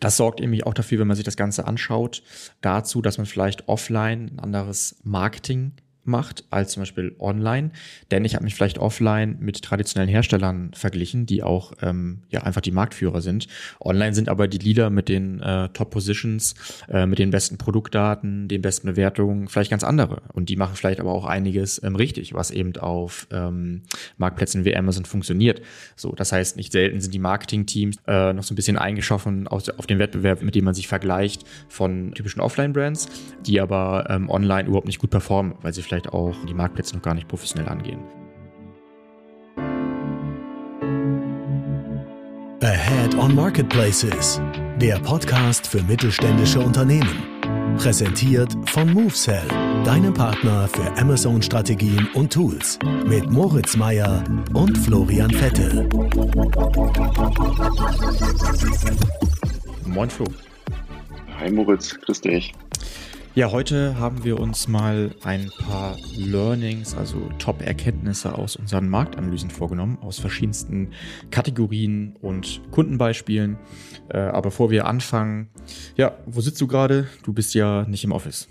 Das sorgt nämlich auch dafür, wenn man sich das Ganze anschaut, dazu, dass man vielleicht offline ein anderes Marketing macht als zum Beispiel online, denn ich habe mich vielleicht offline mit traditionellen Herstellern verglichen, die auch einfach die Marktführer sind. Online sind aber die Leader mit den Top-Positions, mit den besten Produktdaten, den besten Bewertungen vielleicht ganz andere und die machen vielleicht aber auch einiges richtig, was eben auf Marktplätzen wie Amazon funktioniert. So, das heißt, nicht selten sind die Marketing-Teams noch so ein bisschen eingeschoffen auf den Wettbewerb, mit dem man sich vergleicht von typischen Offline-Brands, die aber online überhaupt nicht gut performen, weil sie vielleicht auch die Marktplätze noch gar nicht professionell angehen. Ahead on Marketplaces, der Podcast für mittelständische Unternehmen. Präsentiert von MoveSell, deinem Partner für Amazon-Strategien und Tools. Mit Moritz Meyer und Florian Vettel. Moin Flo. Hi Moritz, grüß dich. Ja, heute haben wir uns mal ein paar Learnings, also Top-Erkenntnisse aus unseren Marktanalysen vorgenommen, aus verschiedensten Kategorien und Kundenbeispielen. Aber bevor wir anfangen, ja, wo sitzt du gerade? Du bist ja nicht im Office.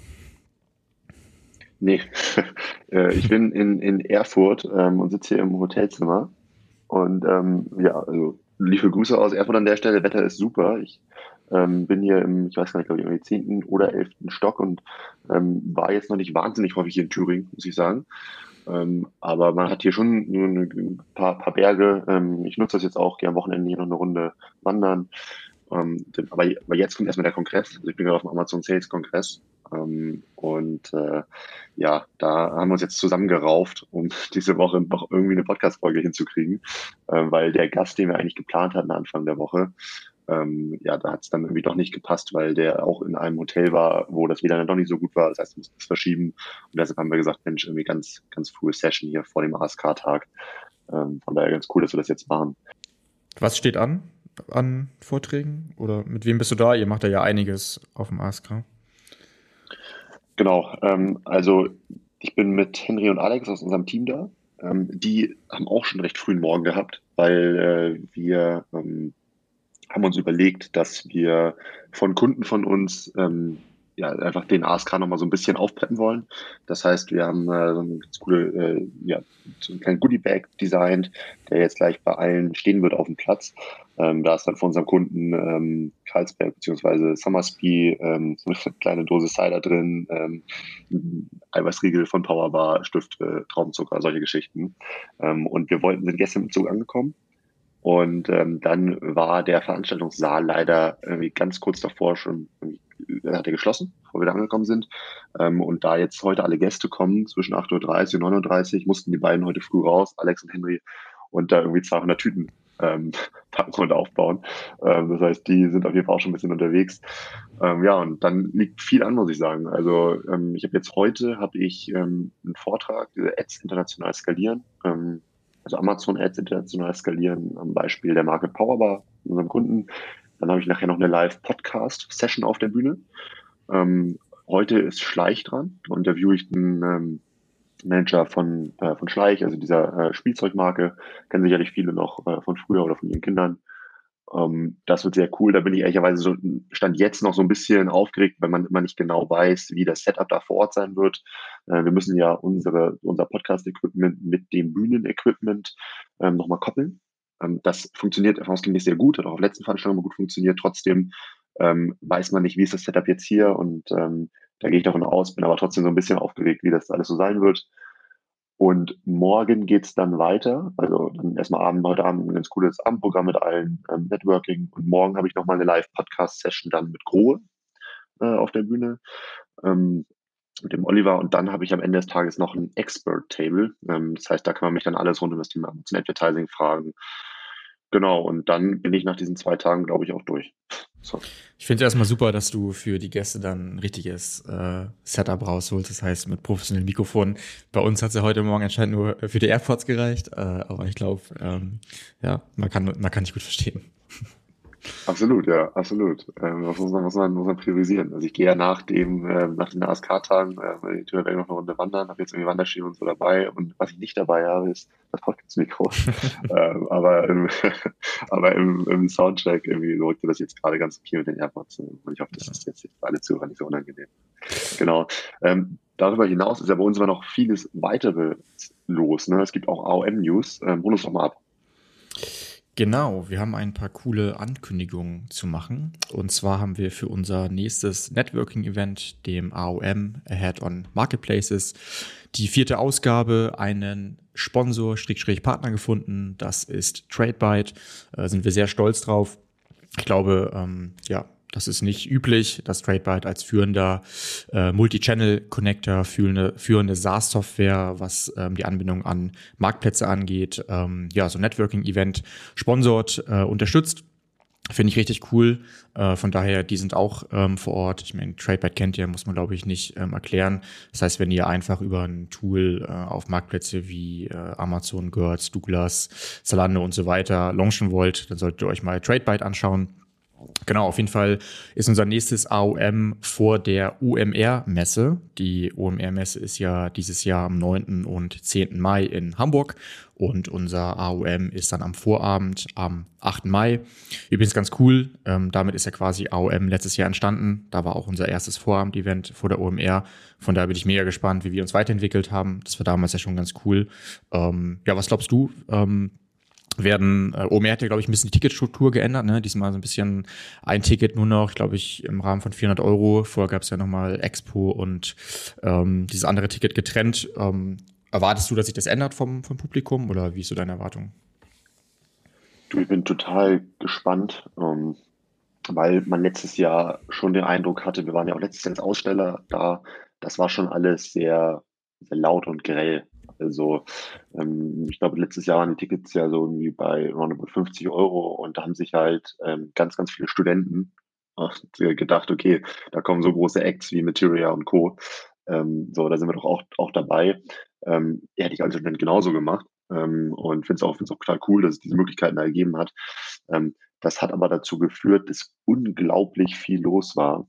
Nee, ich bin in Erfurt und sitze hier im Hotelzimmer. Und also liebe Grüße aus Erfurt an der Stelle. Wetter ist super. Ich bin hier ich weiß gar nicht, glaube ich, im 10. oder 11. Stock und war jetzt noch nicht wahnsinnig häufig hier in Thüringen, muss ich sagen. Aber man hat hier schon nur ein paar Berge. Ich nutze das jetzt auch, gehe am Wochenende hier noch eine Runde wandern. Aber jetzt kommt erstmal der Kongress. Also ich bin gerade auf dem Amazon Sales Kongress. Da haben wir uns jetzt zusammengerauft, um diese Woche noch irgendwie eine Podcast-Folge hinzukriegen, weil der Gast, den wir eigentlich geplant hatten Anfang der Woche, da hat es dann irgendwie doch nicht gepasst, weil der auch in einem Hotel war, wo das WLAN dann doch nicht so gut war. Das heißt, wir mussten es verschieben. Und deshalb haben wir gesagt, Mensch, irgendwie ganz, ganz frühe Session hier vor dem ASK-Tag. Von daher ganz cool, dass wir das jetzt machen. Was steht an Vorträgen? Oder mit wem bist du da? Ihr macht ja einiges auf dem ASK. Genau, also ich bin mit Henry und Alex aus unserem Team da. Die haben auch schon recht frühen Morgen gehabt, weil wir haben uns überlegt, dass wir von Kunden von uns einfach den ASK nochmal so ein bisschen aufpeppen wollen. Das heißt, wir haben so eine ganz coole, so einen kleinen Goodie-Bag designt, der jetzt gleich bei allen stehen wird auf dem Platz. Da ist dann von unserem Kunden Carlsberg bzw. Summersby so eine kleine Dose Cider drin, ein Eiweißriegel von Powerbar, Stifte, Traubenzucker, solche Geschichten. Und wir sind gestern im Zug angekommen. Und dann war der Veranstaltungssaal leider irgendwie ganz kurz davor schon, hat er geschlossen, bevor wir da angekommen sind. Und da jetzt heute alle Gäste kommen, zwischen 8:30 Uhr und 9:30 Uhr, mussten die beiden heute früh raus, Alex und Henry, und da irgendwie 200 Tüten packen und aufbauen. Das heißt, die sind auf jeden Fall auch schon ein bisschen unterwegs. Und dann liegt viel an, muss ich sagen. Also ich habe jetzt heute einen Vortrag, diese Ads international skalieren, also Amazon-Ads international skalieren am Beispiel der Marke Powerbar, unserem Kunden. Dann habe ich nachher noch eine Live-Podcast-Session auf der Bühne. Heute ist Schleich dran. Da interviewe ich den Manager von Schleich, also dieser Spielzeugmarke. Kennen sicherlich viele noch von früher oder von ihren Kindern. Das wird sehr cool. Da bin ich ehrlicherweise Stand jetzt noch so ein bisschen aufgeregt, weil man immer nicht genau weiß, wie das Setup da vor Ort sein wird. Wir müssen ja unser Podcast-Equipment mit dem Bühnen-Equipment nochmal koppeln. Das funktioniert erfahrungsgemäß sehr gut, hat auch auf letzten Veranstaltungen gut funktioniert. Trotzdem weiß man nicht, wie ist das Setup jetzt hier, und da gehe ich davon aus, bin aber trotzdem so ein bisschen aufgeregt, wie das alles so sein wird. Und morgen geht's dann weiter. Also dann erstmal heute Abend ein ganz cooles Abendprogramm mit allen Networking. Und morgen habe ich nochmal eine Live-Podcast-Session dann mit Grohe auf der Bühne, mit dem Oliver. Und dann habe ich am Ende des Tages noch ein Expert-Table. Das heißt, da kann man mich dann alles rund um das Thema Advertising fragen. Genau, und dann bin ich nach diesen 2 Tagen, glaube ich, auch durch. So. Ich finde es erstmal super, dass du für die Gäste dann ein richtiges Setup rausholst. Das heißt, mit professionellen Mikrofonen. Bei uns hat es ja heute Morgen anscheinend nur für die AirPods gereicht. Aber ich glaube, man kann dich gut verstehen. Absolut, ja, absolut. Was muss man priorisieren? Also ich gehe ja nach den ASK-Tagen, ich werde noch eine Runde wandern, habe jetzt irgendwie Wanderschuhe und so dabei. Und was ich nicht dabei habe, ist das Podcast-Mikro. Aber im Soundcheck irgendwie wirkte das jetzt gerade ganz okay mit den AirPods. Und ich hoffe, das ist jetzt für alle Zuhörer nicht so unangenehm. Genau. Darüber hinaus ist ja bei uns immer noch vieles weitere los. Ne? Es gibt auch AOM-News. Hol uns doch mal ab. Genau, wir haben ein paar coole Ankündigungen zu machen. Und zwar haben wir für unser nächstes Networking-Event, dem AOM Ahead on Marketplaces, die 4. Ausgabe, einen Sponsor, Partner gefunden. Das ist TradeByte. Sind wir sehr stolz drauf. Ich glaube, das ist nicht üblich, dass TradeByte als führender Multi-Channel-Connector, führende SaaS-Software, was die Anbindung an Marktplätze angeht, so Networking-Event sponsort, unterstützt. Finde ich richtig cool. Von daher, die sind auch vor Ort. Ich meine, TradeByte kennt ihr, muss man glaube ich nicht erklären. Das heißt, wenn ihr einfach über ein Tool auf Marktplätze wie Amazon, Gertz, Douglas, Zalando und so weiter launchen wollt, dann solltet ihr euch mal TradeByte anschauen. Genau, auf jeden Fall ist unser nächstes AOM vor der OMR-Messe. Die OMR-Messe ist ja dieses Jahr am 9. und 10. Mai in Hamburg und unser AOM ist dann am Vorabend am 8. Mai. Übrigens ganz cool, damit ist ja quasi AOM letztes Jahr entstanden. Da war auch unser erstes Vorabend-Event vor der OMR. Von daher bin ich mega gespannt, wie wir uns weiterentwickelt haben. Das war damals ja schon ganz cool. Was glaubst du? OMR hat ja, glaube ich, ein bisschen die Ticketstruktur geändert, ne? Diesmal so ein bisschen ein Ticket nur noch, glaube ich, im Rahmen von 400 Euro. Vorher gab es ja nochmal Expo und dieses andere Ticket getrennt. Erwartest du, dass sich das ändert vom Publikum oder wie ist so deine Erwartung? Du, ich bin total gespannt, weil man letztes Jahr schon den Eindruck hatte, wir waren ja auch letztes Jahr als Aussteller da, das war schon alles sehr, sehr laut und grell. Also ich glaube, letztes Jahr waren die Tickets ja so irgendwie bei roundabout 50 Euro und da haben sich halt ganz, ganz viele Studenten gedacht, okay, da kommen so große Acts wie Materia und Co. Da sind wir doch auch dabei. Hätte ich als Student genauso gemacht und finde es auch total cool, dass es diese Möglichkeiten da ergeben hat. Das hat aber dazu geführt, dass unglaublich viel los war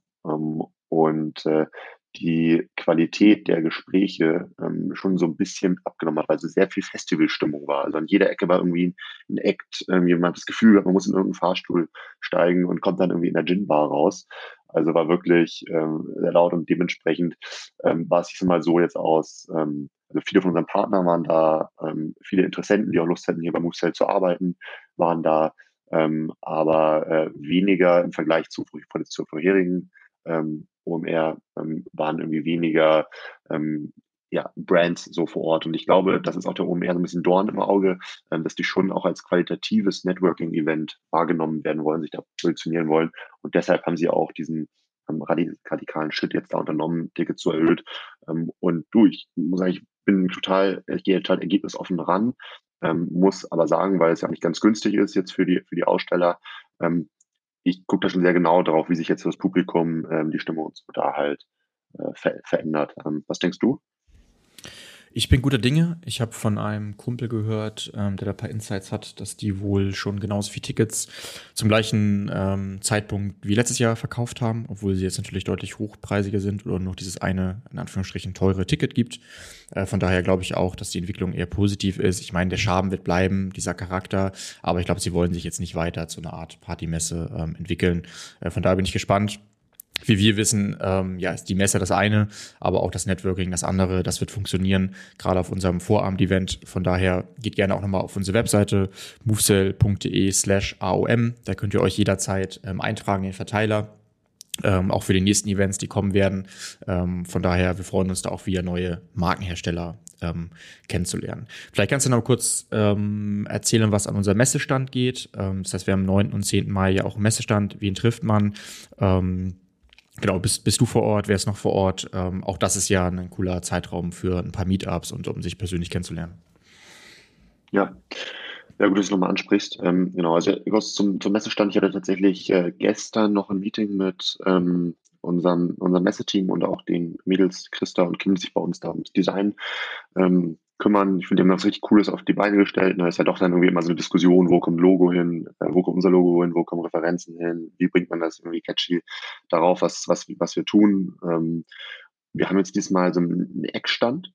und die Qualität der Gespräche schon so ein bisschen abgenommen hat, weil so sehr viel Festivalstimmung war. Also an jeder Ecke war irgendwie ein Act, irgendwie man hat das Gefühl, man muss in irgendeinen Fahrstuhl steigen und kommt dann irgendwie in der Gin-Bar raus. Also war wirklich sehr laut und dementsprechend war es sich mal so jetzt also viele von unseren Partnern waren da, viele Interessenten, die auch Lust hätten, hier bei MoveSell zu arbeiten, waren da, aber weniger im Vergleich zur vorherigen OMR waren irgendwie weniger Brands so vor Ort. Und ich glaube, das ist auch der OMR so ein bisschen Dorn im Auge, dass die schon auch als qualitatives Networking-Event wahrgenommen werden wollen, sich da positionieren wollen. Und deshalb haben sie auch diesen radikalen Schritt jetzt da unternommen, Tickets zu erhöht. Und du, ich muss sagen, ich gehe total ergebnisoffen ran, muss aber sagen, weil es ja nicht ganz günstig ist jetzt für die Aussteller, ich gucke da schon sehr genau drauf, wie sich jetzt das Publikum, die Stimmung und so da halt verändert. Was denkst du? Ich bin guter Dinge. Ich habe von einem Kumpel gehört, der da ein paar Insights hat, dass die wohl schon genauso viele Tickets zum gleichen Zeitpunkt wie letztes Jahr verkauft haben, obwohl sie jetzt natürlich deutlich hochpreisiger sind oder noch dieses eine, in Anführungsstrichen, teure Ticket gibt. Von daher glaube ich auch, dass die Entwicklung eher positiv ist. Ich meine, der Charme wird bleiben, dieser Charakter, aber ich glaube, sie wollen sich jetzt nicht weiter zu einer Art Partymesse entwickeln. Von daher bin ich gespannt. Wie wir wissen, ist die Messe das eine, aber auch das Networking das andere. Das wird funktionieren, gerade auf unserem Vorabend-Event. Von daher geht gerne auch nochmal auf unsere Webseite movesell.de/AOM. Da könnt ihr euch jederzeit eintragen in den Verteiler, auch für die nächsten Events, die kommen werden. Von daher, wir freuen uns da auch wieder neue Markenhersteller kennenzulernen. Vielleicht kannst du noch kurz erzählen, was an unserem Messestand geht. Das heißt, wir haben am 9. und 10. Mai ja auch einen Messestand. Wen trifft man? Genau, bist du vor Ort, wer ist noch vor Ort? Auch das ist ja ein cooler Zeitraum für ein paar Meetups und um sich persönlich kennenzulernen. Ja, ja, gut, dass du es nochmal ansprichst. Genau, also zum Messestand, ich hatte tatsächlich gestern noch ein Meeting mit unserem Messeteam und auch den Mädels Christa und Kim, die sich bei uns da ums Design kümmern. Ich finde, die haben was richtig Cooles auf die Beine gestellt. Da ist ja doch dann irgendwie immer so eine Diskussion, wo kommt Logo hin, wo kommt unser Logo hin, wo kommen Referenzen hin, wie bringt man das irgendwie catchy darauf, was wir tun. Wir haben jetzt diesmal so einen Eckstand.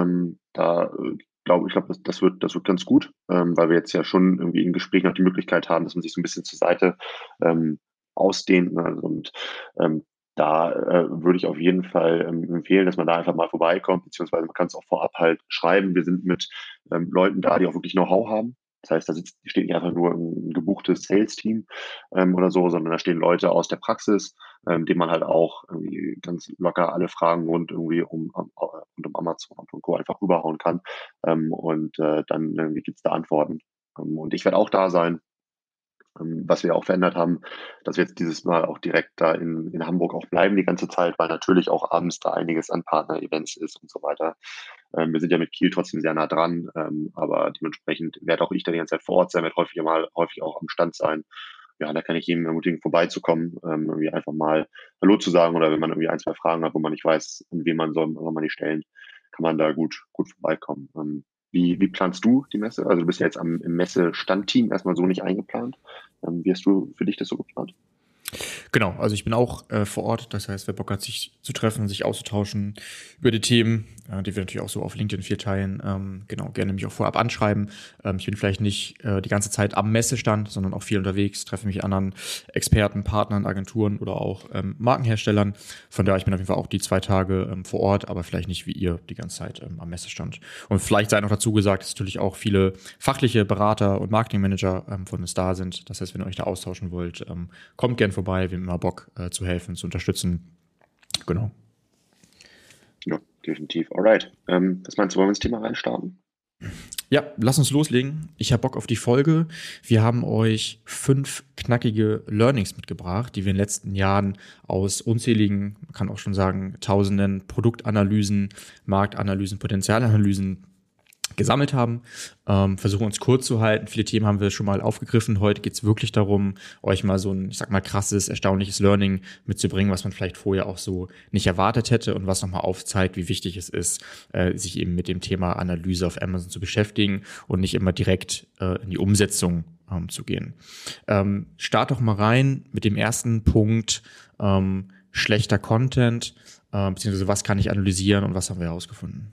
Ich glaube, das wird ganz gut, weil wir jetzt ja schon irgendwie in Gesprächen auch die Möglichkeit haben, dass man sich so ein bisschen zur Seite ausdehnt. Ne? Und da würde ich auf jeden Fall empfehlen, dass man da einfach mal vorbeikommt, beziehungsweise man kann es auch vorab halt schreiben. Wir sind mit Leuten da, die auch wirklich Know-how haben. Das heißt, steht nicht einfach nur ein gebuchtes Sales-Team oder so, sondern da stehen Leute aus der Praxis, denen man halt auch irgendwie ganz locker alle Fragen rund irgendwie um Amazon und Co. einfach rüberhauen kann. Dann irgendwie gibt's da Antworten. Und ich werde auch da sein. Was wir auch verändert haben, dass wir jetzt dieses Mal auch direkt da in Hamburg auch bleiben die ganze Zeit, weil natürlich auch abends da einiges an Partner-Events ist und so weiter. Wir sind ja mit Kiel trotzdem sehr nah dran, aber dementsprechend werde auch ich da die ganze Zeit vor Ort sein, werde häufig auch am Stand sein. Ja, da kann ich jedem ermutigen, vorbeizukommen, irgendwie einfach mal Hallo zu sagen oder wenn man irgendwie ein, zwei Fragen hat, wo man nicht weiß, an wen soll man die stellen, kann man da gut vorbeikommen. Wie planst du die Messe? Also du bist ja jetzt im Messe-Standteam erstmal so nicht eingeplant. Wie hast du für dich das so geplant? Genau, also ich bin auch vor Ort, das heißt, wer Bock hat, sich zu treffen, sich auszutauschen über die Themen, die wir natürlich auch so auf LinkedIn viel teilen, genau, gerne mich auch vorab anschreiben. Ich bin vielleicht nicht die ganze Zeit am Messestand, sondern auch viel unterwegs, treffe mich mit anderen Experten, Partnern, Agenturen oder auch Markenherstellern. Von daher, ich bin auf jeden Fall auch die 2 Tage vor Ort, aber vielleicht nicht wie ihr die ganze Zeit am Messestand. Und vielleicht sei noch dazu gesagt, dass natürlich auch viele fachliche Berater und Marketingmanager von uns da sind. Das heißt, wenn ihr euch da austauschen wollt, kommt gerne vorbei. Wir haben immer Bock zu helfen, zu unterstützen. Genau. Ja, definitiv. Alright. Was meinst du, wollen wir ins Thema reinstarten? Ja, lass uns loslegen. Ich habe Bock auf die Folge. Wir haben euch 5 knackige Learnings mitgebracht, die wir in den letzten Jahren aus unzähligen, man kann auch schon sagen, tausenden Produktanalysen, Marktanalysen, Potenzialanalysen gesammelt haben. Versuchen uns kurz zu halten. Viele Themen haben wir schon mal aufgegriffen. Heute geht es wirklich darum, euch mal so ein, ich sag mal, krasses, erstaunliches Learning mitzubringen, was man vielleicht vorher auch so nicht erwartet hätte und was nochmal aufzeigt, wie wichtig es ist, sich eben mit dem Thema Analyse auf Amazon zu beschäftigen und nicht immer direkt in die Umsetzung zu gehen. Start doch mal rein mit dem ersten Punkt, schlechter Content, beziehungsweise was kann ich analysieren und was haben wir herausgefunden?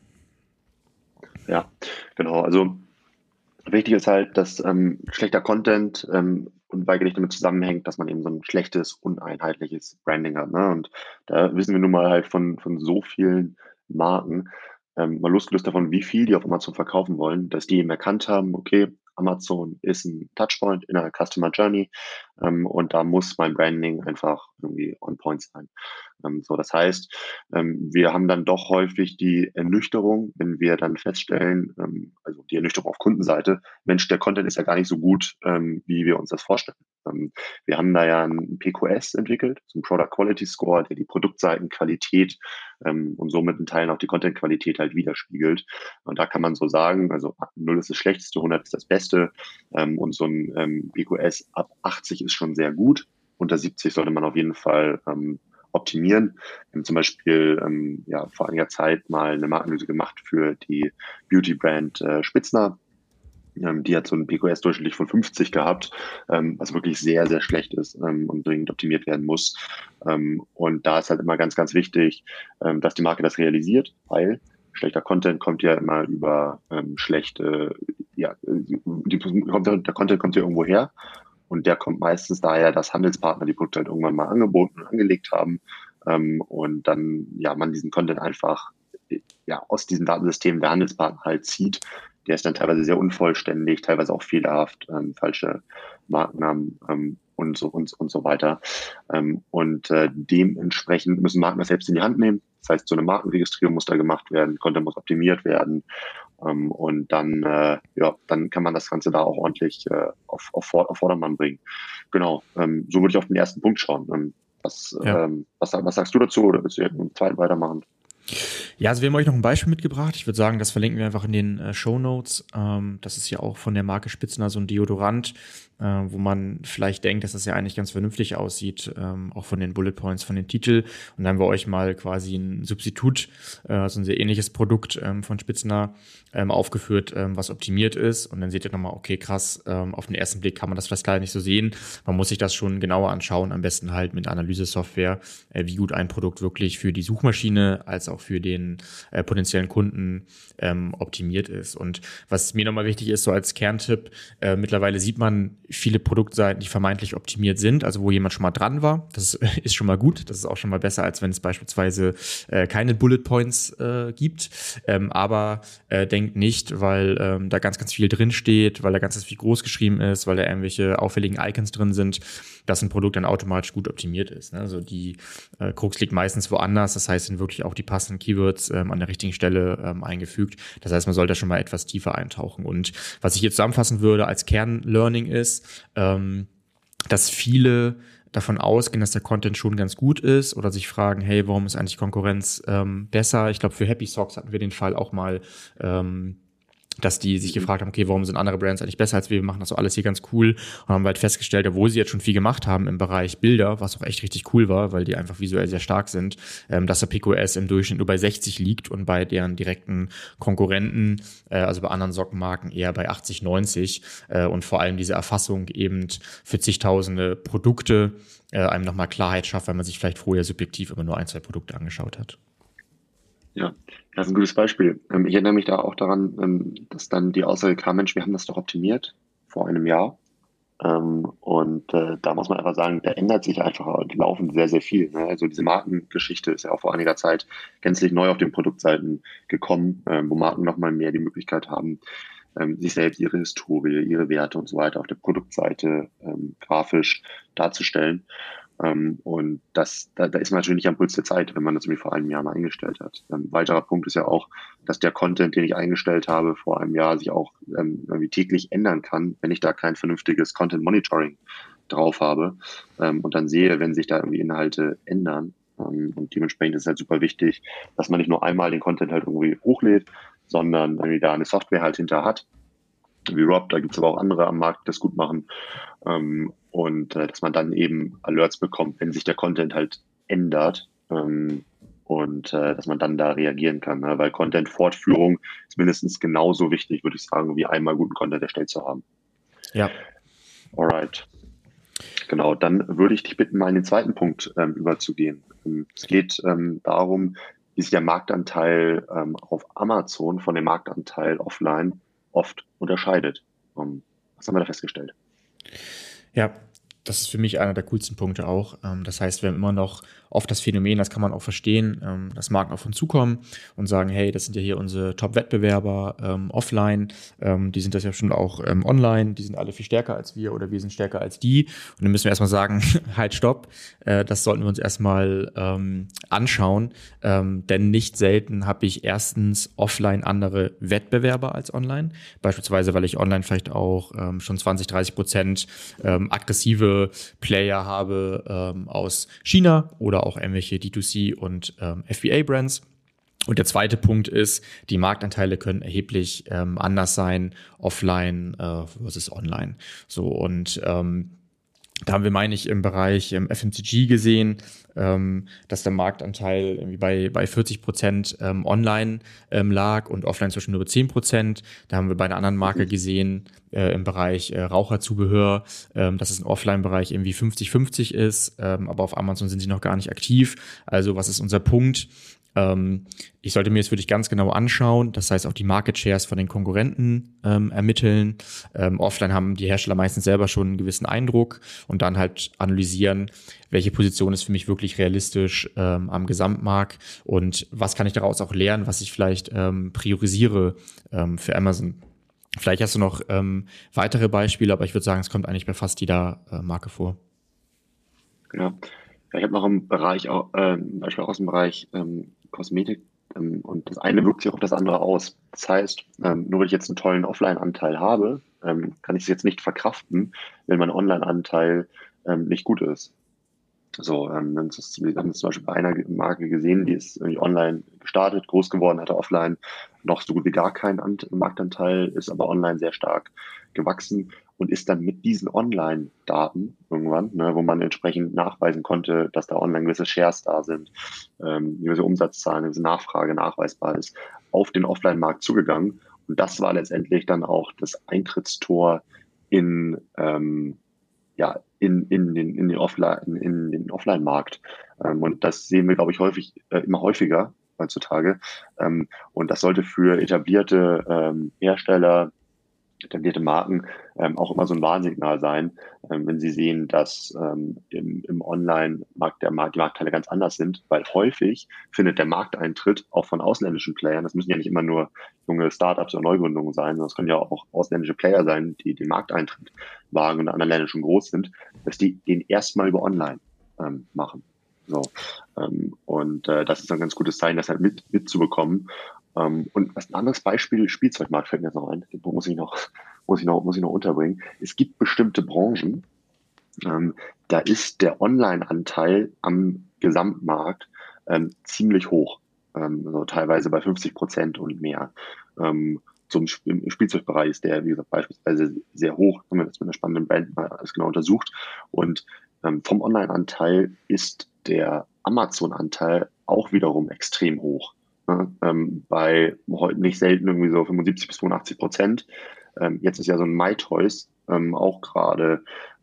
Ja, genau. Also wichtig ist halt, dass schlechter Content unweigerlich damit zusammenhängt, dass man eben so ein schlechtes, uneinheitliches Branding hat. Ne? Und da wissen wir nun mal halt von so vielen Marken, mal losgelöst davon, wie viel die auf Amazon verkaufen wollen, dass die eben erkannt haben, okay, Amazon ist ein Touchpoint in einer Customer Journey und da muss mein Branding einfach irgendwie on point sein. Das heißt, wir haben dann doch häufig die Ernüchterung, wenn wir dann feststellen, also die Ernüchterung auf Kundenseite, Mensch, der Content ist ja gar nicht so gut, wie wir uns das vorstellen. Wir haben da ja ein PQS entwickelt, so ein Product Quality Score, der die Produktseitenqualität und somit in Teilen auch die Content-Qualität halt widerspiegelt. Und da kann man so sagen, also 0 ist das Schlechteste, 100 ist das Beste und so ein PQS ab 80 ist schon sehr gut. Unter 70 sollte man auf jeden Fall optimieren. Wir haben zum Beispiel vor einiger Zeit mal eine Markenanalyse gemacht für die Beauty-Brand Spitzner. Die hat so ein PQS durchschnittlich von 50 gehabt, was wirklich sehr, sehr schlecht ist und dringend optimiert werden muss. Und da ist halt immer ganz, ganz wichtig, dass die Marke das realisiert, weil schlechter Content kommt ja immer über der Content kommt ja irgendwo her. Und der kommt meistens daher, dass Handelspartner die Produkte halt irgendwann mal angeboten und angelegt haben und dann man diesen Content einfach aus diesem Datensystem der Handelspartner halt zieht. Der ist dann teilweise sehr unvollständig, teilweise auch fehlerhaft, falsche Markennamen und so weiter. Dementsprechend müssen Marken das selbst in die Hand nehmen. Das heißt, so eine Markenregistrierung muss da gemacht werden, Content muss optimiert werden. Und dann kann man das Ganze da auch ordentlich auf Vordermann bringen. Genau, so würde ich auf den ersten Punkt schauen. Was sagst du dazu oder willst du jetzt mit dem zweiten weitermachen? Ja, also wir haben euch noch ein Beispiel mitgebracht. Ich würde sagen, das verlinken wir einfach in den Shownotes. Das ist ja auch von der Marke Spitzner so ein Deodorant, wo man vielleicht denkt, dass das ja eigentlich ganz vernünftig aussieht, auch von den Bullet Points, von den Titel. Und dann haben wir euch mal quasi ein Substitut, so ein sehr ähnliches Produkt von Spitzner aufgeführt, was optimiert ist. Und dann seht ihr nochmal, okay, krass, auf den ersten Blick kann man das vielleicht leider nicht so sehen. Man muss sich das schon genauer anschauen, am besten halt mit Analysesoftware, wie gut ein Produkt wirklich für die Suchmaschine als auch für den potenziellen Kunden optimiert ist. Und was mir nochmal wichtig ist, so als Kerntipp, mittlerweile sieht man viele Produktseiten, die vermeintlich optimiert sind, also wo jemand schon mal dran war. Das ist schon mal gut. Das ist auch schon mal besser, als wenn es beispielsweise keine Bullet Points gibt. Aber denkt nicht, weil da ganz, ganz viel drin steht, weil da ganz, ganz viel groß geschrieben ist, weil da irgendwelche auffälligen Icons drin sind, dass ein Produkt dann automatisch gut optimiert ist. Ne? Also die Krux liegt meistens woanders. Das heißt, sind wirklich auch die passenden Keywords an der richtigen Stelle eingefügt. Das heißt, man sollte schon mal etwas tiefer eintauchen. Und was ich jetzt zusammenfassen würde als Kernlearning ist, dass viele davon ausgehen, dass der Content schon ganz gut ist oder sich fragen, hey, warum ist eigentlich Konkurrenz besser? Ich glaube, für Happy Socks hatten wir den Fall auch mal, dass die sich gefragt haben, okay, warum sind andere Brands eigentlich besser als wir machen das so alles hier ganz cool und haben halt festgestellt, obwohl sie jetzt schon viel gemacht haben im Bereich Bilder, was auch echt richtig cool war, weil die einfach visuell sehr stark sind, dass der PQS im Durchschnitt nur bei 60 liegt und bei deren direkten Konkurrenten, also bei anderen Sockenmarken eher bei 80, 90 und vor allem diese Erfassung eben für zigtausende Produkte einem nochmal Klarheit schafft, weil man sich vielleicht vorher subjektiv immer nur ein, zwei Produkte angeschaut hat. Ja, das ist ein gutes Beispiel. Ich erinnere mich da auch daran, dass dann die Aussage kam, Mensch, wir haben das doch optimiert vor einem Jahr. Da muss man einfach sagen, da ändert sich einfach laufend sehr, sehr viel. Ne? Also diese Markengeschichte ist ja auch vor einiger Zeit gänzlich neu auf den Produktseiten gekommen, wo Marken nochmal mehr die Möglichkeit haben, sich selbst, ihre Historie, ihre Werte und so weiter auf der Produktseite grafisch darzustellen. Da ist man natürlich nicht am Puls der Zeit, wenn man das irgendwie vor einem Jahr mal eingestellt hat. Ein weiterer Punkt ist ja auch, dass der Content, den ich eingestellt habe vor einem Jahr, sich auch irgendwie täglich ändern kann, wenn ich da kein vernünftiges Content Monitoring drauf habe und dann sehe, wenn sich da irgendwie Inhalte ändern. Und dementsprechend ist es halt super wichtig, dass man nicht nur einmal den Content halt irgendwie hochlädt, sondern irgendwie da eine Software halt hinter hat, wie Rob, da gibt es aber auch andere am Markt, die das gut machen. Dass man dann eben Alerts bekommt, wenn sich der Content halt ändert dass man dann da reagieren kann. Ne? Weil Content-Fortführung ist mindestens genauso wichtig, würde ich sagen, wie einmal guten Content erstellt zu haben. Ja. Alright. Genau, dann würde ich dich bitten, mal in den zweiten Punkt überzugehen. Es geht darum, wie sich der Marktanteil auf Amazon von dem Marktanteil offline oft unterscheidet. Was haben wir da festgestellt? Ja, das ist für mich einer der coolsten Punkte auch. Das heißt, wir haben immer noch oft das Phänomen, das kann man auch verstehen, dass Marken auf uns zukommen und sagen, hey, das sind ja hier unsere Top-Wettbewerber offline, die sind das ja schon auch online, die sind alle viel stärker als wir oder wir sind stärker als die. Und dann müssen wir erstmal sagen, halt, stopp, das sollten wir uns erstmal anschauen, denn nicht selten habe ich erstens offline andere Wettbewerber als online, beispielsweise, weil ich online vielleicht auch schon 20-30% aggressive Player habe aus China oder auch irgendwelche D2C und FBA-Brands. Und der zweite Punkt ist, die Marktanteile können erheblich anders sein, offline versus online. So, und da haben wir, meine ich, im Bereich FMCG gesehen, dass der Marktanteil irgendwie bei 40% online lag und offline zwischen nur 10%. Da haben wir bei einer anderen Marke gesehen, im Bereich Raucherzubehör, dass es im Offline-Bereich irgendwie 50-50 ist, aber auf Amazon sind sie noch gar nicht aktiv. Also was ist unser Punkt? Ich sollte mir das wirklich ganz genau anschauen, das heißt auch die Market Shares von den Konkurrenten ermitteln. Offline haben die Hersteller meistens selber schon einen gewissen Eindruck und dann halt analysieren, welche Position ist für mich wirklich realistisch am Gesamtmarkt und was kann ich daraus auch lernen, was ich vielleicht priorisiere für Amazon. Vielleicht hast du noch weitere Beispiele, aber ich würde sagen, es kommt eigentlich bei fast jeder Marke vor. Ja, ich habe noch ein Beispiel aus dem Bereich Kosmetik und das eine wirkt sich auf das andere aus. Das heißt, nur weil ich jetzt einen tollen Offline-Anteil habe, kann ich es jetzt nicht verkraften, wenn mein Online-Anteil nicht gut ist. So, wir haben es zum Beispiel bei einer Marke gesehen, die ist irgendwie online gestartet, groß geworden, hatte offline noch so gut wie gar keinen Marktanteil, ist aber online sehr stark gewachsen und ist dann mit diesen Online-Daten irgendwann, ne, wo man entsprechend nachweisen konnte, dass da online gewisse Shares da sind, gewisse Umsatzzahlen, gewisse Nachfrage nachweisbar ist, auf den Offline-Markt zugegangen. Und das war letztendlich dann auch das Eintrittstor in, in den Offline-Markt. Und das sehen wir, glaube ich, immer häufiger heutzutage. Und das sollte für etablierte Hersteller, etablierte Marken auch immer so ein Warnsignal sein, wenn sie sehen, dass im Online-Markt die Marktteile ganz anders sind, weil häufig findet der Markteintritt auch von ausländischen Playern, das müssen ja nicht immer nur junge Startups oder Neugründungen sein, sondern es können ja auch ausländische Player sein, die den Markteintritt wagen und in anderen Ländern schon groß sind, dass die den erstmal über Online machen. So. Das ist ein ganz gutes Zeichen, das halt mitzubekommen. Und was ein anderes Beispiel, Spielzeugmarkt fällt mir jetzt noch ein, den Punkt muss ich noch unterbringen. Es gibt bestimmte Branchen, da ist der Online-Anteil am Gesamtmarkt ziemlich hoch, also teilweise bei 50% und mehr. Im Spielzeugbereich ist der, wie gesagt, beispielsweise sehr hoch, haben wir das mit einer spannenden Band mal alles genau untersucht. Und vom Online-Anteil ist der Amazon-Anteil auch wiederum extrem hoch. Ne? Bei heute nicht selten irgendwie so 75 bis 85%. Jetzt ist ja so ein MyToys auch gerade,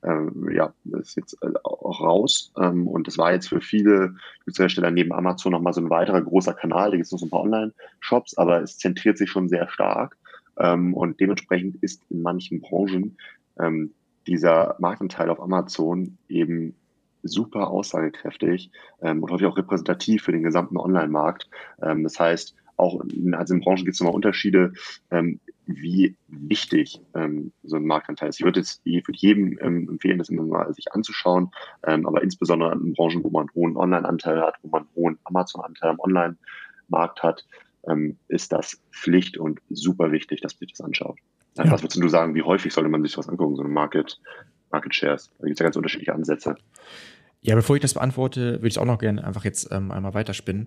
ist jetzt auch raus. Und das war jetzt für viele Hersteller neben Amazon nochmal so ein weiterer großer Kanal. Da gibt es noch so ein paar Online-Shops, aber es zentriert sich schon sehr stark. Und dementsprechend ist in manchen Branchen dieser Marktanteil auf Amazon eben super aussagekräftig und häufig auch repräsentativ für den gesamten Online-Markt. Das heißt, auch in Branchen gibt es nochmal Unterschiede, wie wichtig so ein Marktanteil ist. Ich würde jedem empfehlen, das immer mal sich anzuschauen, aber insbesondere in Branchen, wo man einen hohen Online-Anteil hat, wo man einen hohen Amazon-Anteil am Online-Markt hat, ist das Pflicht und super wichtig, dass man sich das anschaut. Ja. Was würdest du sagen, wie häufig sollte man sich das angucken, so eine Market Shares? Da gibt es ja ganz unterschiedliche Ansätze. Ja, bevor ich das beantworte, würde ich auch noch gerne einfach jetzt einmal weiterspinnen.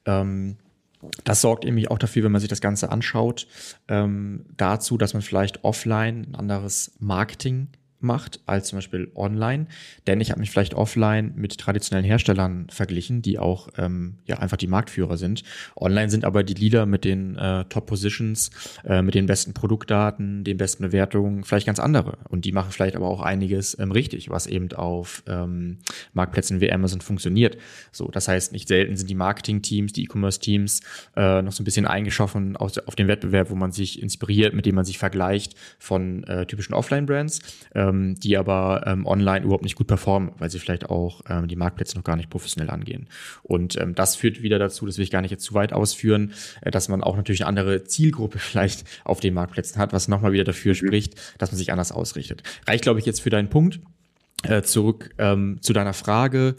Das sorgt nämlich auch dafür, wenn man sich das Ganze anschaut, dazu, dass man vielleicht offline ein anderes Marketing macht als zum Beispiel online. Denn ich habe mich vielleicht offline mit traditionellen Herstellern verglichen, die auch einfach die Marktführer sind. Online sind aber die Leader mit den Top-Positions, mit den besten Produktdaten, den besten Bewertungen, vielleicht ganz andere. Und die machen vielleicht aber auch einiges richtig, was eben auf Marktplätzen wie Amazon funktioniert. So, das heißt, nicht selten sind die Marketing-Teams, die E-Commerce-Teams noch so ein bisschen eingeschoffen auf den Wettbewerb, wo man sich inspiriert, mit dem man sich vergleicht von typischen Offline-Brands, die aber online überhaupt nicht gut performen, weil sie vielleicht auch die Marktplätze noch gar nicht professionell angehen. Und das führt wieder dazu, das will ich gar nicht jetzt zu weit ausführen, dass man auch natürlich eine andere Zielgruppe vielleicht auf den Marktplätzen hat, was nochmal wieder dafür spricht, dass man sich anders ausrichtet. Reicht, glaube ich, jetzt für deinen Punkt. Zurück zu deiner Frage.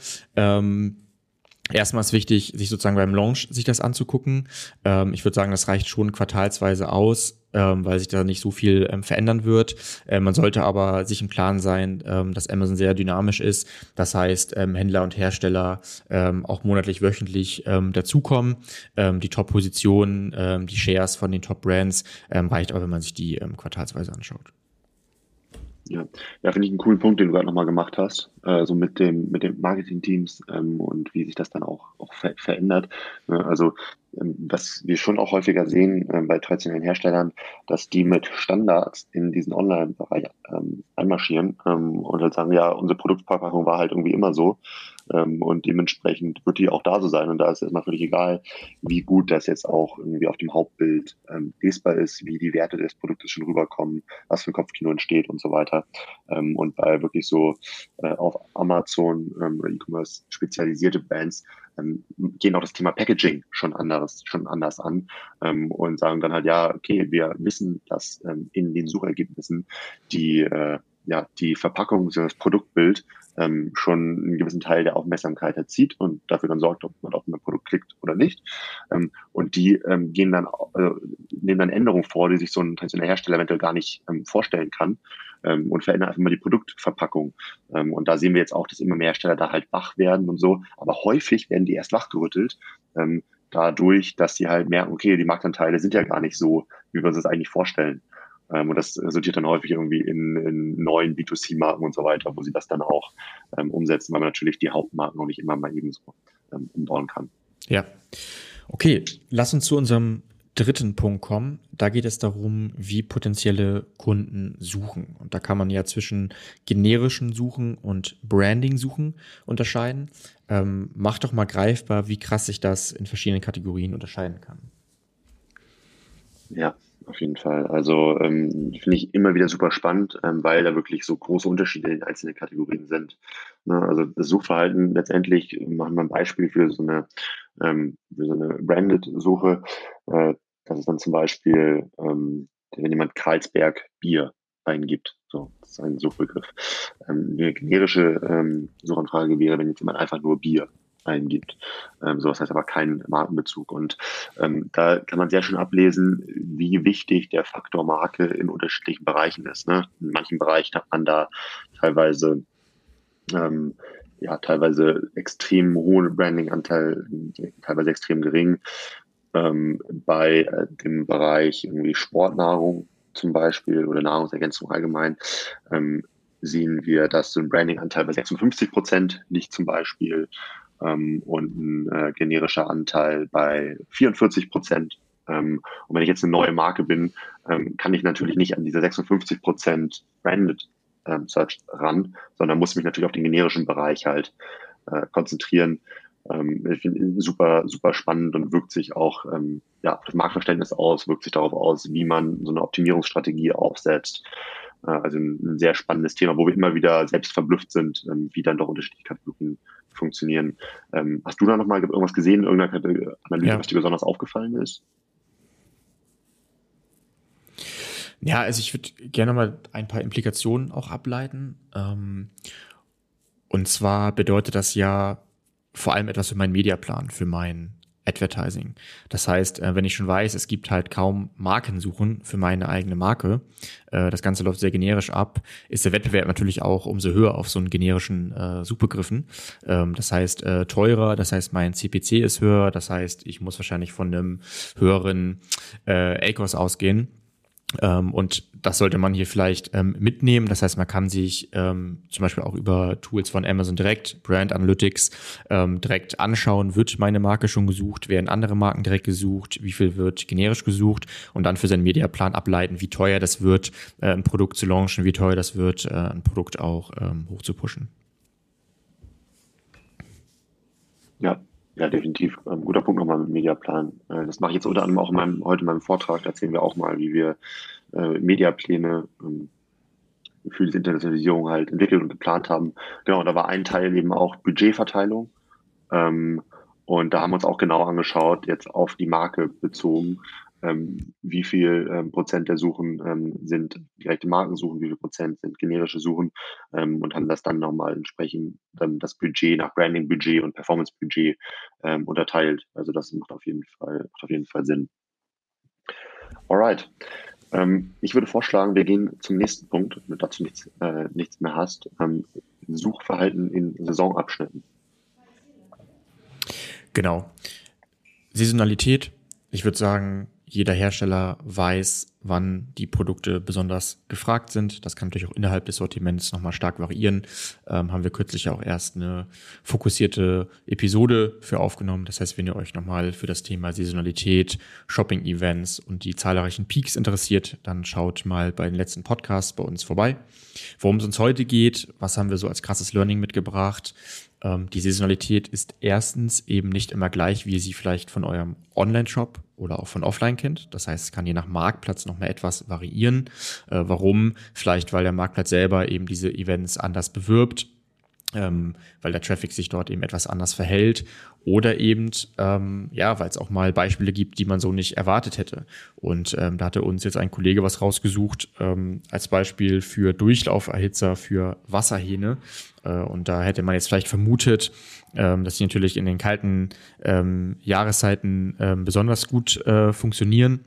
Erstmal ist wichtig, sich sozusagen beim Launch sich das anzugucken. Ich würde sagen, das reicht schon quartalsweise aus, weil sich da nicht so viel verändern wird. Man sollte aber sich im Klaren sein, dass Amazon sehr dynamisch ist. Das heißt, Händler und Hersteller auch monatlich, wöchentlich dazukommen. Die Top-Positionen, die Shares von den Top-Brands reicht auch, wenn man sich die quartalsweise anschaut. Ja, finde ich einen coolen Punkt, den du gerade nochmal gemacht hast, so mit den Marketing-Teams und wie sich das dann auch verändert. Also was wir schon auch häufiger sehen bei traditionellen Herstellern, dass die mit Standards in diesen Online-Bereich einmarschieren und halt sagen, ja, unsere Produktverpackung war halt irgendwie immer so und dementsprechend wird die auch da so sein und da ist erstmal völlig egal, wie gut das jetzt auch irgendwie auf dem Hauptbild lesbar ist, wie die Werte des Produktes schon rüberkommen, was für ein Kopfkino entsteht und so weiter. Und bei wirklich so auf Amazon oder E-Commerce spezialisierte Brands gehen auch das Thema Packaging schon anders an und sagen dann halt, ja, okay, wir wissen, dass in den Suchergebnissen die Verpackung, das Produktbild schon einen gewissen Teil der Aufmerksamkeit erzieht und dafür dann sorgt, ob man auf eine klickt oder nicht. Und die nehmen dann Änderungen vor, die sich so ein traditioneller Hersteller eventuell gar nicht vorstellen kann, und verändern einfach mal die Produktverpackung. Und da sehen wir jetzt auch, dass immer mehr Hersteller da halt wach werden und so. Aber häufig werden die erst wachgerüttelt, dadurch, dass sie halt merken, okay, die Marktanteile sind ja gar nicht so, wie wir uns das eigentlich vorstellen. Und das resultiert dann häufig irgendwie in neuen B2C-Marken und so weiter, wo sie das dann auch umsetzen, weil man natürlich die Hauptmarken auch nicht immer mal eben so umbauen kann. Ja, okay, lass uns zu unserem dritten Punkt kommen. Da geht es darum, wie potenzielle Kunden suchen. Und da kann man ja zwischen generischen Suchen und Branding-Suchen unterscheiden. Mach doch mal greifbar, wie krass sich das in verschiedenen Kategorien unterscheiden kann. Ja, auf jeden Fall. Also finde ich immer wieder super spannend, weil da wirklich so große Unterschiede in einzelnen Kategorien sind. Ne? Also das Suchverhalten letztendlich, machen wir ein Beispiel für so eine Branded-Suche. Das ist dann zum Beispiel, wenn jemand Carlsberg Bier eingibt. So, das ist ein Suchbegriff. Eine generische Suchanfrage wäre, wenn jetzt jemand einfach nur Bier eingibt. Sowas heißt aber kein Markenbezug. Und da kann man sehr schön ablesen, wie wichtig der Faktor Marke in unterschiedlichen Bereichen ist. Ne? In manchen Bereichen hat man da teilweise extrem hohen Branding-Anteil, teilweise extrem gering. Bei dem Bereich irgendwie Sportnahrung zum Beispiel oder Nahrungsergänzung allgemein sehen wir, dass so ein Branding-Anteil bei 56% liegt zum Beispiel und ein generischer Anteil bei 44%. Und wenn ich jetzt eine neue Marke bin, kann ich natürlich nicht an diese 56% Branded Search ran, sondern muss mich natürlich auf den generischen Bereich halt konzentrieren. Ich finde super, super spannend und wirkt sich auch auf das Marktverständnis aus, wirkt sich darauf aus, wie man so eine Optimierungsstrategie aufsetzt. Also ein sehr spannendes Thema, wo wir immer wieder selbst verblüfft sind, wie dann doch unterschiedliche Kategorien funktionieren. Hast du da nochmal irgendwas gesehen, irgendeine Analyse, was dir besonders aufgefallen ist? Ja, also ich würde gerne mal ein paar Implikationen auch ableiten. Und zwar bedeutet das ja vor allem etwas für meinen Mediaplan, für mein Advertising. Das heißt, wenn ich schon weiß, es gibt halt kaum Markensuchen für meine eigene Marke, das Ganze läuft sehr generisch ab, ist der Wettbewerb natürlich auch umso höher auf so einen generischen Suchbegriffen. Das heißt, teurer, das heißt, mein CPC ist höher, das heißt, ich muss wahrscheinlich von einem höheren ACoS ausgehen. Und das sollte man hier vielleicht mitnehmen. Das heißt, man kann sich zum Beispiel auch über Tools von Amazon direkt, Brand Analytics, direkt anschauen, wird meine Marke schon gesucht, werden andere Marken direkt gesucht, wie viel wird generisch gesucht und dann für seinen Mediaplan ableiten, wie teuer das wird, ein Produkt zu launchen, wie teuer das wird, ein Produkt auch hoch zu pushen. Ja, definitiv. Guter Punkt nochmal mit Mediaplan. Das mache ich jetzt unter anderem auch heute in meinem Vortrag. Da erzählen wir auch mal, wie wir Mediapläne für diese Internationalisierung halt entwickelt und geplant haben. Genau, da war ein Teil eben auch Budgetverteilung. Und da haben wir uns auch genau angeschaut, jetzt auf die Marke bezogen, wie viel Prozent der Suchen sind direkte Markensuchen, wie viel Prozent sind generische Suchen, und haben das dann nochmal entsprechend das Budget nach Branding-Budget und Performance-Budget unterteilt. Also das macht auf jeden Fall Sinn. Alright. Ich würde vorschlagen, wir gehen zum nächsten Punkt, wenn du dazu nichts mehr hast. Suchverhalten in Saisonabschnitten. Genau. Saisonalität. Ich würde sagen, jeder Hersteller weiß, wann die Produkte besonders gefragt sind. Das kann natürlich auch innerhalb des Sortiments nochmal stark variieren. Haben wir kürzlich auch erst eine fokussierte Episode für aufgenommen. Das heißt, wenn ihr euch nochmal für das Thema Saisonalität, Shopping-Events und die zahlreichen Peaks interessiert, dann schaut mal bei den letzten Podcasts bei uns vorbei. Worum es uns heute geht, was haben wir so als krasses Learning mitgebracht? Die Saisonalität ist erstens eben nicht immer gleich, wie ihr sie vielleicht von eurem Online-Shop oder auch von offline kennt. Das heißt, es kann je nach Marktplatz noch mal etwas variieren. Warum? Vielleicht, weil der Marktplatz selber eben diese Events anders bewirbt. weil der Traffic sich dort eben etwas anders verhält oder eben, weil es auch mal Beispiele gibt, die man so nicht erwartet hätte. Und da hatte uns jetzt ein Kollege was rausgesucht als Beispiel für Durchlauferhitzer für Wasserhähne. Und da hätte man jetzt vielleicht vermutet, dass die natürlich in den kalten Jahreszeiten besonders gut funktionieren.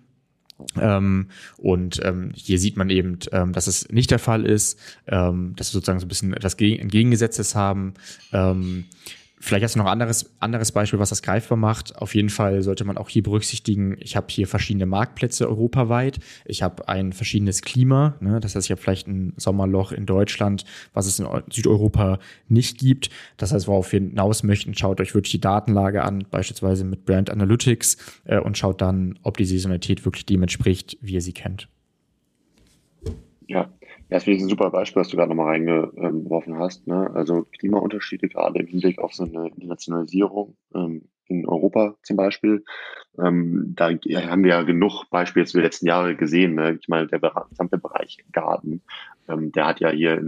Hier sieht man eben, dass es nicht der Fall ist, dass wir sozusagen so ein bisschen etwas Entgegengesetztes haben. Vielleicht hast du noch ein anderes Beispiel, was das greifbar macht. Auf jeden Fall sollte man auch hier berücksichtigen, ich habe hier verschiedene Marktplätze europaweit. Ich habe ein verschiedenes Klima. Ne? Das heißt, ich habe vielleicht ein Sommerloch in Deutschland, was es in Südeuropa nicht gibt. Das heißt, worauf wir hinaus möchten, schaut euch wirklich die Datenlage an, beispielsweise mit Brand Analytics und schaut dann, ob die Saisonalität wirklich dem entspricht, wie ihr sie kennt. Ja, das finde ich ein super Beispiel, was du gerade nochmal reingeworfen hast. Ne? Also Klimaunterschiede gerade im Hinblick auf so eine Internationalisierung in Europa zum Beispiel. Da haben wir ja genug Beispiele jetzt für die letzten Jahre gesehen. Ne? Ich meine, der gesamte Bereich Garten, der hat ja hier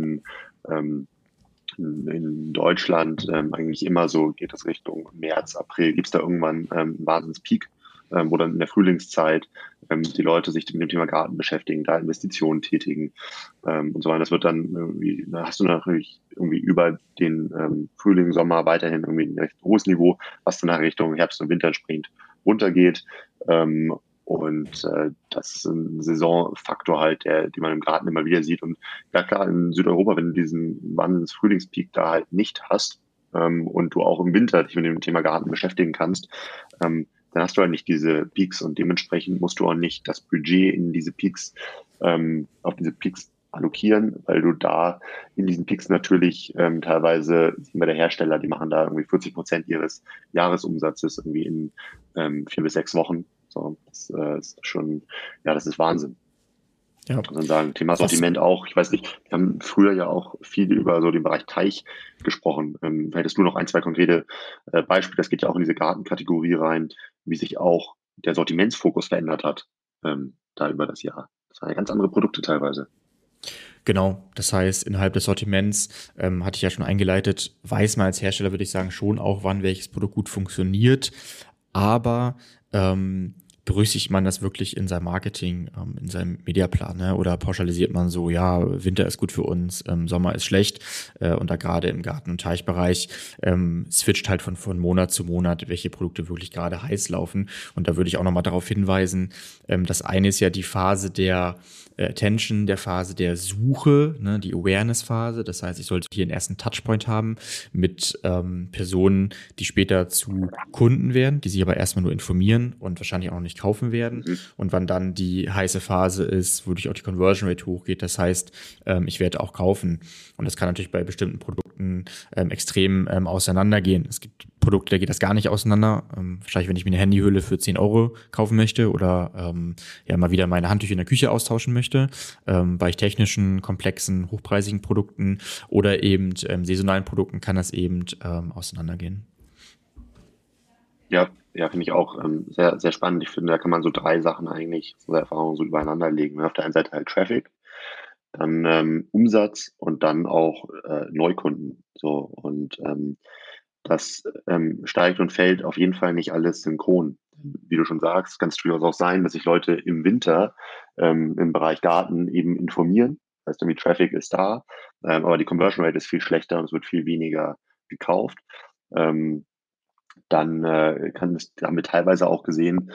in Deutschland eigentlich immer so, geht es Richtung März, April, gibt es da irgendwann einen Wahnsinnspeak, wo dann in der Frühlingszeit die Leute sich mit dem Thema Garten beschäftigen, da Investitionen tätigen und so weiter. Das wird dann irgendwie, da hast du natürlich irgendwie über den Frühling, Sommer weiterhin irgendwie ein recht hohes Niveau, was dann nach Richtung Herbst und Winter entsprechend runtergeht. Das ist ein Saisonfaktor halt, den man im Garten immer wieder sieht. Und ja klar, in Südeuropa, wenn du diesen Wahnsinns-Frühlingspeak da halt nicht hast und du auch im Winter dich mit dem Thema Garten beschäftigen kannst, dann hast du halt nicht diese Peaks und dementsprechend musst du auch nicht das Budget in diese Peaks, auf diese Peaks allokieren, weil du da in diesen Peaks natürlich teilweise, sehen wir der Hersteller, die machen da irgendwie 40% ihres Jahresumsatzes irgendwie in 4 bis 6 Wochen. So, das ist schon, ja, das ist Wahnsinn. Ja. Muss man sagen. Thema Sortiment auch. Ich weiß nicht, wir haben früher ja auch viel über so den Bereich Teich gesprochen. Hättest du noch ein, zwei konkrete Beispiele? Das geht ja auch in diese Gartenkategorie rein, wie sich auch der Sortimentsfokus verändert hat, da über das Jahr. Das waren ja ganz andere Produkte teilweise. Genau, das heißt, innerhalb des Sortiments, hatte ich ja schon eingeleitet, weiß man als Hersteller, würde ich sagen, schon auch, wann welches Produkt gut funktioniert. Aber berücksichtigt man das wirklich in seinem Marketing, in seinem Mediaplan, ne? Oder pauschalisiert man so, ja, Winter ist gut für uns, Sommer ist schlecht und da gerade im Garten- und Teichbereich switcht halt von Monat zu Monat, welche Produkte wirklich gerade heiß laufen. Und da würde ich auch nochmal darauf hinweisen, das eine ist ja die Phase der Attention, der Phase der Suche, ne, die Awareness-Phase. Das heißt, ich sollte hier einen ersten Touchpoint haben mit Personen, die später zu Kunden werden, die sich aber erstmal nur informieren und wahrscheinlich auch noch nicht kaufen werden. Und wann dann die heiße Phase ist, wodurch auch die Conversion Rate hochgeht. Das heißt, ich werde auch kaufen. Und das kann natürlich bei bestimmten Produkten extrem auseinandergehen. Es gibt Produkte, da geht das gar nicht auseinander. Wahrscheinlich, wenn ich mir eine Handyhülle für 10 Euro kaufen möchte oder mal wieder meine Handtücher in der Küche austauschen möchte, bei technischen, komplexen, hochpreisigen Produkten oder eben saisonalen Produkten kann das eben auseinandergehen. Ja, finde ich auch sehr, sehr spannend. Ich finde, da kann man so 3 Sachen eigentlich, so Erfahrungen so übereinander legen. Auf der einen Seite halt Traffic, dann Umsatz und dann auch Neukunden. So und das steigt und fällt auf jeden Fall nicht alles synchron. Wie du schon sagst, kann es durchaus auch sein, dass sich Leute im Winter im Bereich Garten eben informieren. Das heißt, irgendwie Traffic ist da, aber die Conversion Rate ist viel schlechter und es wird viel weniger gekauft. Dann haben wir teilweise auch gesehen,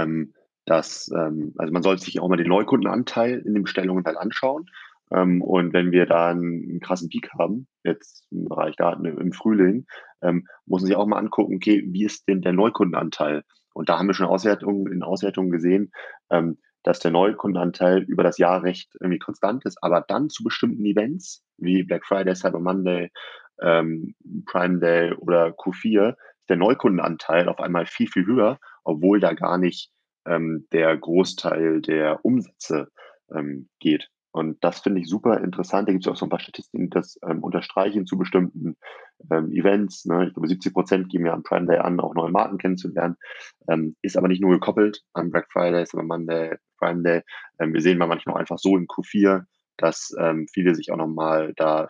also man sollte sich auch mal den Neukundenanteil in den Bestellungen halt anschauen. Und wenn wir da einen krassen Peak haben, jetzt im Bereich Garten im Frühling, muss man sich auch mal angucken, okay, wie ist denn der Neukundenanteil? Und da haben wir schon in Auswertungen gesehen, dass der Neukundenanteil über das Jahr recht irgendwie konstant ist, aber dann zu bestimmten Events wie Black Friday, Cyber Monday, Prime Day oder Q4 ist der Neukundenanteil auf einmal viel, viel höher, obwohl da gar nicht der Großteil der Umsätze geht. Und das finde ich super interessant. Da gibt es auch so ein paar Statistiken, die das unterstreichen zu bestimmten Events. Ne? Ich glaube, 70% geben ja am Prime Day an, auch neue Marken kennenzulernen. Ist aber nicht nur gekoppelt an Black Friday, Cyber Monday, Prime Day. Wir sehen manchmal auch einfach so in Q4, dass viele sich auch nochmal da vielleicht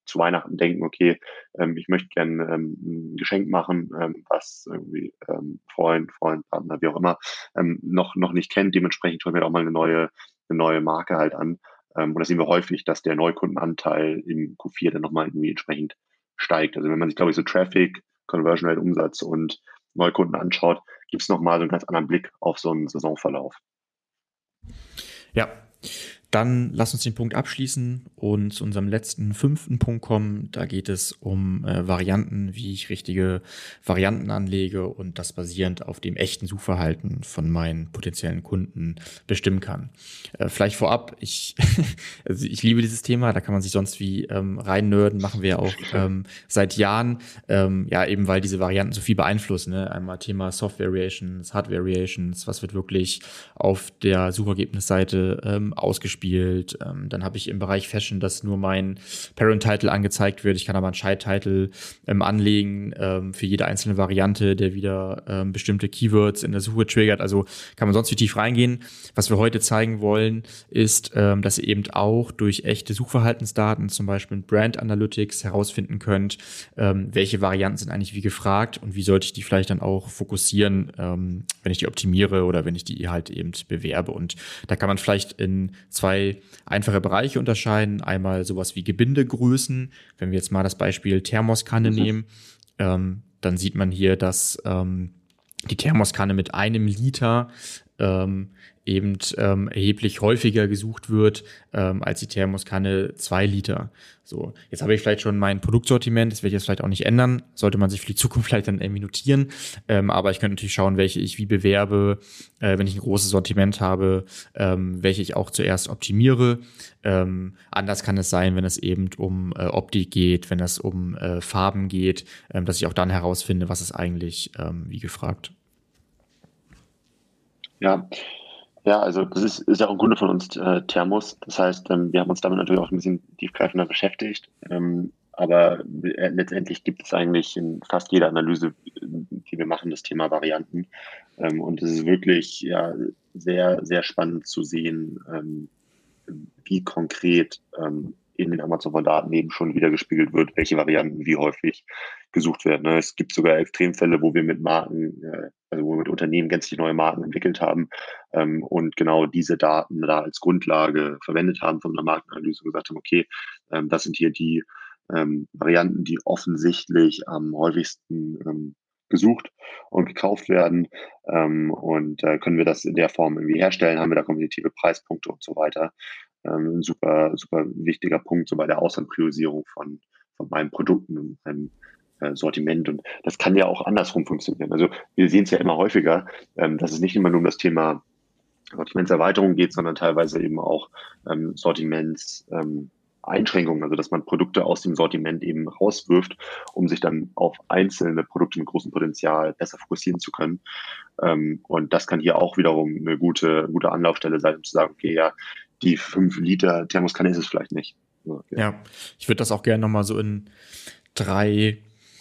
zu Weihnachten denken, okay, ich möchte gerne ein Geschenk machen, was irgendwie Freund, Partner, wie auch immer, noch nicht kennt. Dementsprechend holen wir auch mal eine neue Marke halt an. Und da sehen wir häufig, dass der Neukundenanteil im Q4 dann nochmal irgendwie entsprechend steigt. Also wenn man sich, glaube ich, so Traffic, Conversion Rate, Umsatz und Neukunden anschaut, gibt es nochmal so einen ganz anderen Blick auf so einen Saisonverlauf. Ja, dann lass uns den Punkt abschließen und zu unserem letzten 5. Punkt kommen. Da geht es um Varianten, wie ich richtige Varianten anlege und das basierend auf dem echten Suchverhalten von meinen potenziellen Kunden bestimmen kann. Vielleicht vorab, also ich liebe dieses Thema, da kann man sich sonst wie reinnörden, machen wir auch seit Jahren, ja eben weil diese Varianten so viel beeinflussen. Ne? Einmal Thema Soft Variations, Hard Variations, was wird wirklich auf der Suchergebnisseite ausgespielt. Dann habe ich im Bereich Fashion, dass nur mein Parent-Title angezeigt wird. Ich kann aber einen Child-Title anlegen für jede einzelne Variante, der wieder bestimmte Keywords in der Suche triggert. Also kann man sonst wie tief reingehen. Was wir heute zeigen wollen, ist, dass ihr eben auch durch echte Suchverhaltensdaten, zum Beispiel mit Brand Analytics, herausfinden könnt, welche Varianten sind eigentlich wie gefragt und wie sollte ich die vielleicht dann auch fokussieren, wenn ich die optimiere oder wenn ich die halt eben bewerbe. Und da kann man vielleicht in 2 einfache Bereiche unterscheiden. Einmal sowas wie Gebindegrößen. Wenn wir jetzt mal das Beispiel Thermoskanne nehmen, dann sieht man hier, dass die Thermoskanne mit 1 Liter erheblich häufiger gesucht wird als die Thermoskanne 2 Liter. So, jetzt habe ich vielleicht schon mein Produktsortiment, das werde ich jetzt vielleicht auch nicht ändern, sollte man sich für die Zukunft vielleicht dann irgendwie notieren, aber ich könnte natürlich schauen, welche ich wie bewerbe, wenn ich ein großes Sortiment habe, welche ich auch zuerst optimiere. Anders kann es sein, wenn es eben um Optik geht, wenn es um Farben geht, dass ich auch dann herausfinde, was ist eigentlich wie gefragt. Ja, also das ist ja auch ein Kunde von uns, Thermos. Das heißt, wir haben uns damit natürlich auch ein bisschen tiefgreifender beschäftigt. Aber letztendlich gibt es eigentlich in fast jeder Analyse, die wir machen, das Thema Varianten. Und es ist wirklich ja, sehr, sehr spannend zu sehen, wie konkret in den Amazon-Daten eben schon wiedergespiegelt wird, welche Varianten wie häufig gesucht werden. Ne? Es gibt sogar Extremfälle, wo wir mit Marken, also wo wir mit Unternehmen gänzlich neue Marken entwickelt haben und genau diese Daten da als Grundlage verwendet haben von einer Markenanalyse und gesagt haben, okay, das sind hier die Varianten, die offensichtlich am häufigsten gesucht und gekauft werden und können wir das in der Form irgendwie herstellen, haben wir da kompetitive Preispunkte und so weiter. Ein super, super wichtiger Punkt so bei der Auswahlpriorisierung von meinen Produkten und meinem Sortiment. Und das kann ja auch andersrum funktionieren. Also wir sehen es ja immer häufiger, dass es nicht immer nur um das Thema Sortimentserweiterung geht, sondern teilweise eben auch Sortimentseinschränkungen, also dass man Produkte aus dem Sortiment eben rauswirft, um sich dann auf einzelne Produkte mit großem Potenzial besser fokussieren zu können. Und das kann hier auch wiederum eine gute Anlaufstelle sein, um zu sagen, okay, ja, die 5 Liter Thermoskanne ist es vielleicht nicht. Okay. Ja, ich würde das auch gerne nochmal so in 3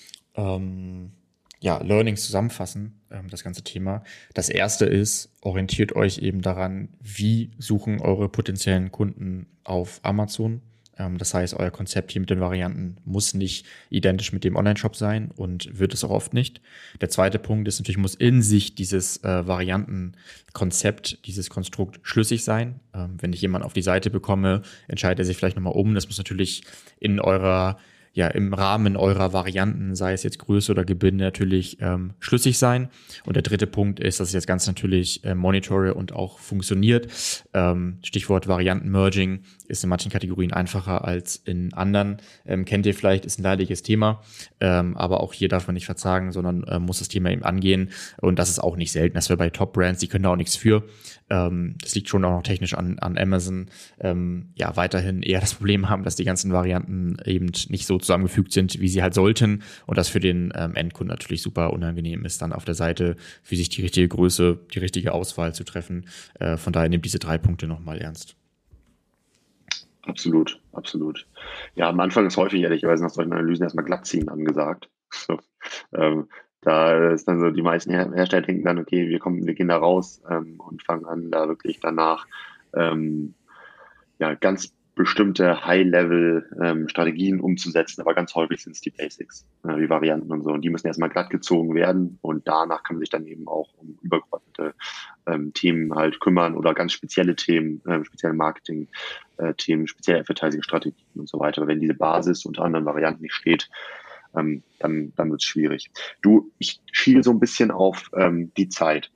Learnings zusammenfassen, das ganze Thema. Das erste ist, orientiert euch eben daran, wie suchen eure potenziellen Kunden auf Amazon. Das heißt, euer Konzept hier mit den Varianten muss nicht identisch mit dem Online-Shop sein und wird es auch oft nicht. Der zweite Punkt ist natürlich, muss in sich dieses Variantenkonzept, dieses Konstrukt schlüssig sein. Wenn ich jemanden auf die Seite bekomme, entscheidet er sich vielleicht nochmal um. Das muss natürlich im Rahmen eurer Varianten, sei es jetzt Größe oder Gebinde, natürlich schlüssig sein. Und der dritte Punkt ist, dass ich das Ganze natürlich monitore und auch funktioniert. Stichwort Varianten-Merging ist in manchen Kategorien einfacher als in anderen. Kennt ihr vielleicht, ist ein leidiges Thema, aber auch hier darf man nicht verzagen, sondern muss das Thema eben angehen. Und das ist auch nicht selten. Das wäre bei Top-Brands, die können da auch nichts für. Das liegt schon auch noch technisch an Amazon. Weiterhin eher das Problem haben, dass die ganzen Varianten eben nicht so zusammengefügt sind, wie sie halt sollten. Und das für den Endkunden natürlich super unangenehm ist, dann auf der Seite für sich die richtige Größe, die richtige Auswahl zu treffen. Von daher nehmt diese 3 Punkte nochmal ernst. Absolut, absolut. Ja, am Anfang ist häufig ehrlicherweise nach solchen Analysen erstmal glattziehen angesagt. So, da ist dann so, die meisten Hersteller denken dann, okay, wir gehen da raus und fangen an, da wirklich danach ganz bestimmte High-Level-Strategien umzusetzen, aber ganz häufig sind es die Basics, wie Varianten und so. Und die müssen erstmal glatt gezogen werden und danach kann man sich dann eben auch um übergeordnete Themen halt kümmern oder ganz spezielle Themen, spezielle Marketing-Themen, spezielle Advertising-Strategien und so weiter. Aber wenn diese Basis unter anderen Varianten nicht steht, dann wird es schwierig. Ich schiele so ein bisschen auf die Zeit.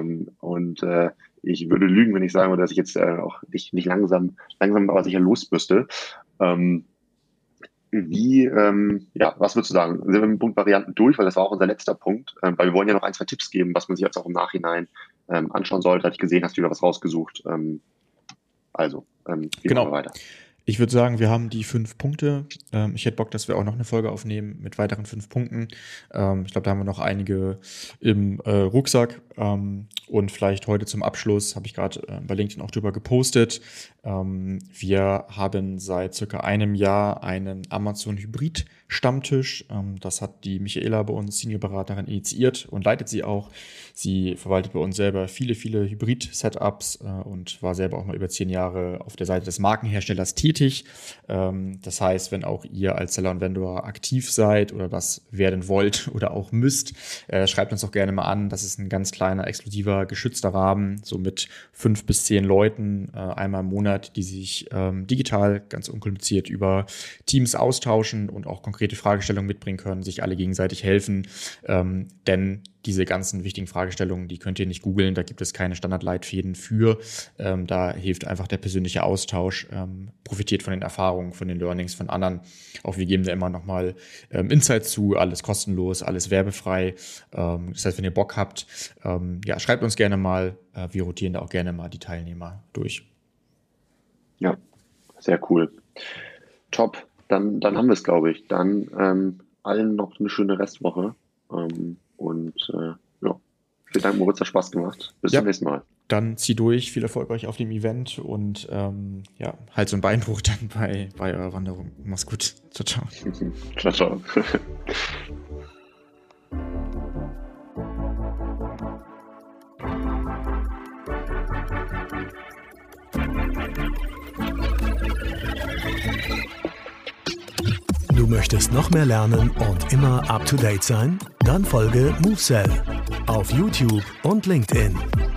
Ich würde lügen, wenn ich sagen würde, dass ich jetzt auch nicht langsam aber sicher los müsste. Was würdest du sagen? Sind wir mit dem Punkt Varianten durch? Weil das war auch unser letzter Punkt. Weil wir wollen ja noch 1, 2 Tipps geben, was man sich jetzt auch im Nachhinein anschauen sollte. Hatte ich gesehen, hast du wieder was rausgesucht. Gehen wir weiter. Ich würde sagen, wir haben die 5 Punkte. Ich hätte Bock, dass wir auch noch eine Folge aufnehmen mit weiteren 5 Punkten. Ich glaube, da haben wir noch einige im Rucksack. Und vielleicht heute zum Abschluss, habe ich gerade bei LinkedIn auch drüber gepostet. Wir haben seit circa einem Jahr einen Amazon-Hybrid-Stammtisch. Das hat die Michaela bei uns, Seniorberaterin, initiiert und leitet sie auch. Sie verwaltet bei uns selber viele Hybrid-Setups und war selber auch mal über 10 Jahre auf der Seite des Markenherstellers tätig. Das heißt, wenn auch ihr als Seller und Vendor aktiv seid oder das werden wollt oder auch müsst, schreibt uns doch gerne mal an. Das ist ein ganz kleiner, exklusiver, geschützter Rahmen, so mit 5 bis 10 Leuten einmal im Monat, die sich digital ganz unkompliziert über Teams austauschen und auch konkrete Fragestellungen mitbringen können, sich alle gegenseitig helfen, denn diese ganzen wichtigen Fragestellungen, die könnt ihr nicht googeln, da gibt es keine Standardleitfäden für. Da hilft einfach der persönliche Austausch, profitiert von den Erfahrungen, von den Learnings von anderen. Auch wir geben da immer nochmal Insights zu, alles kostenlos, alles werbefrei. Das heißt, wenn ihr Bock habt, schreibt uns gerne mal. Wir rotieren da auch gerne mal die Teilnehmer durch. Ja, sehr cool. Top, dann haben wir es, glaube ich. Dann allen noch eine schöne Restwoche. Vielen Dank, Moritz, hat Spaß gemacht. Bis zum nächsten Mal. Dann zieh durch, viel Erfolg euch auf dem Event und Hals- und Beinbruch dann bei eurer Wanderung. Mach's gut. Ciao, ciao. Ciao, ciao. Du möchtest noch mehr lernen und immer up to date sein? Dann folge MoveSell auf YouTube und LinkedIn.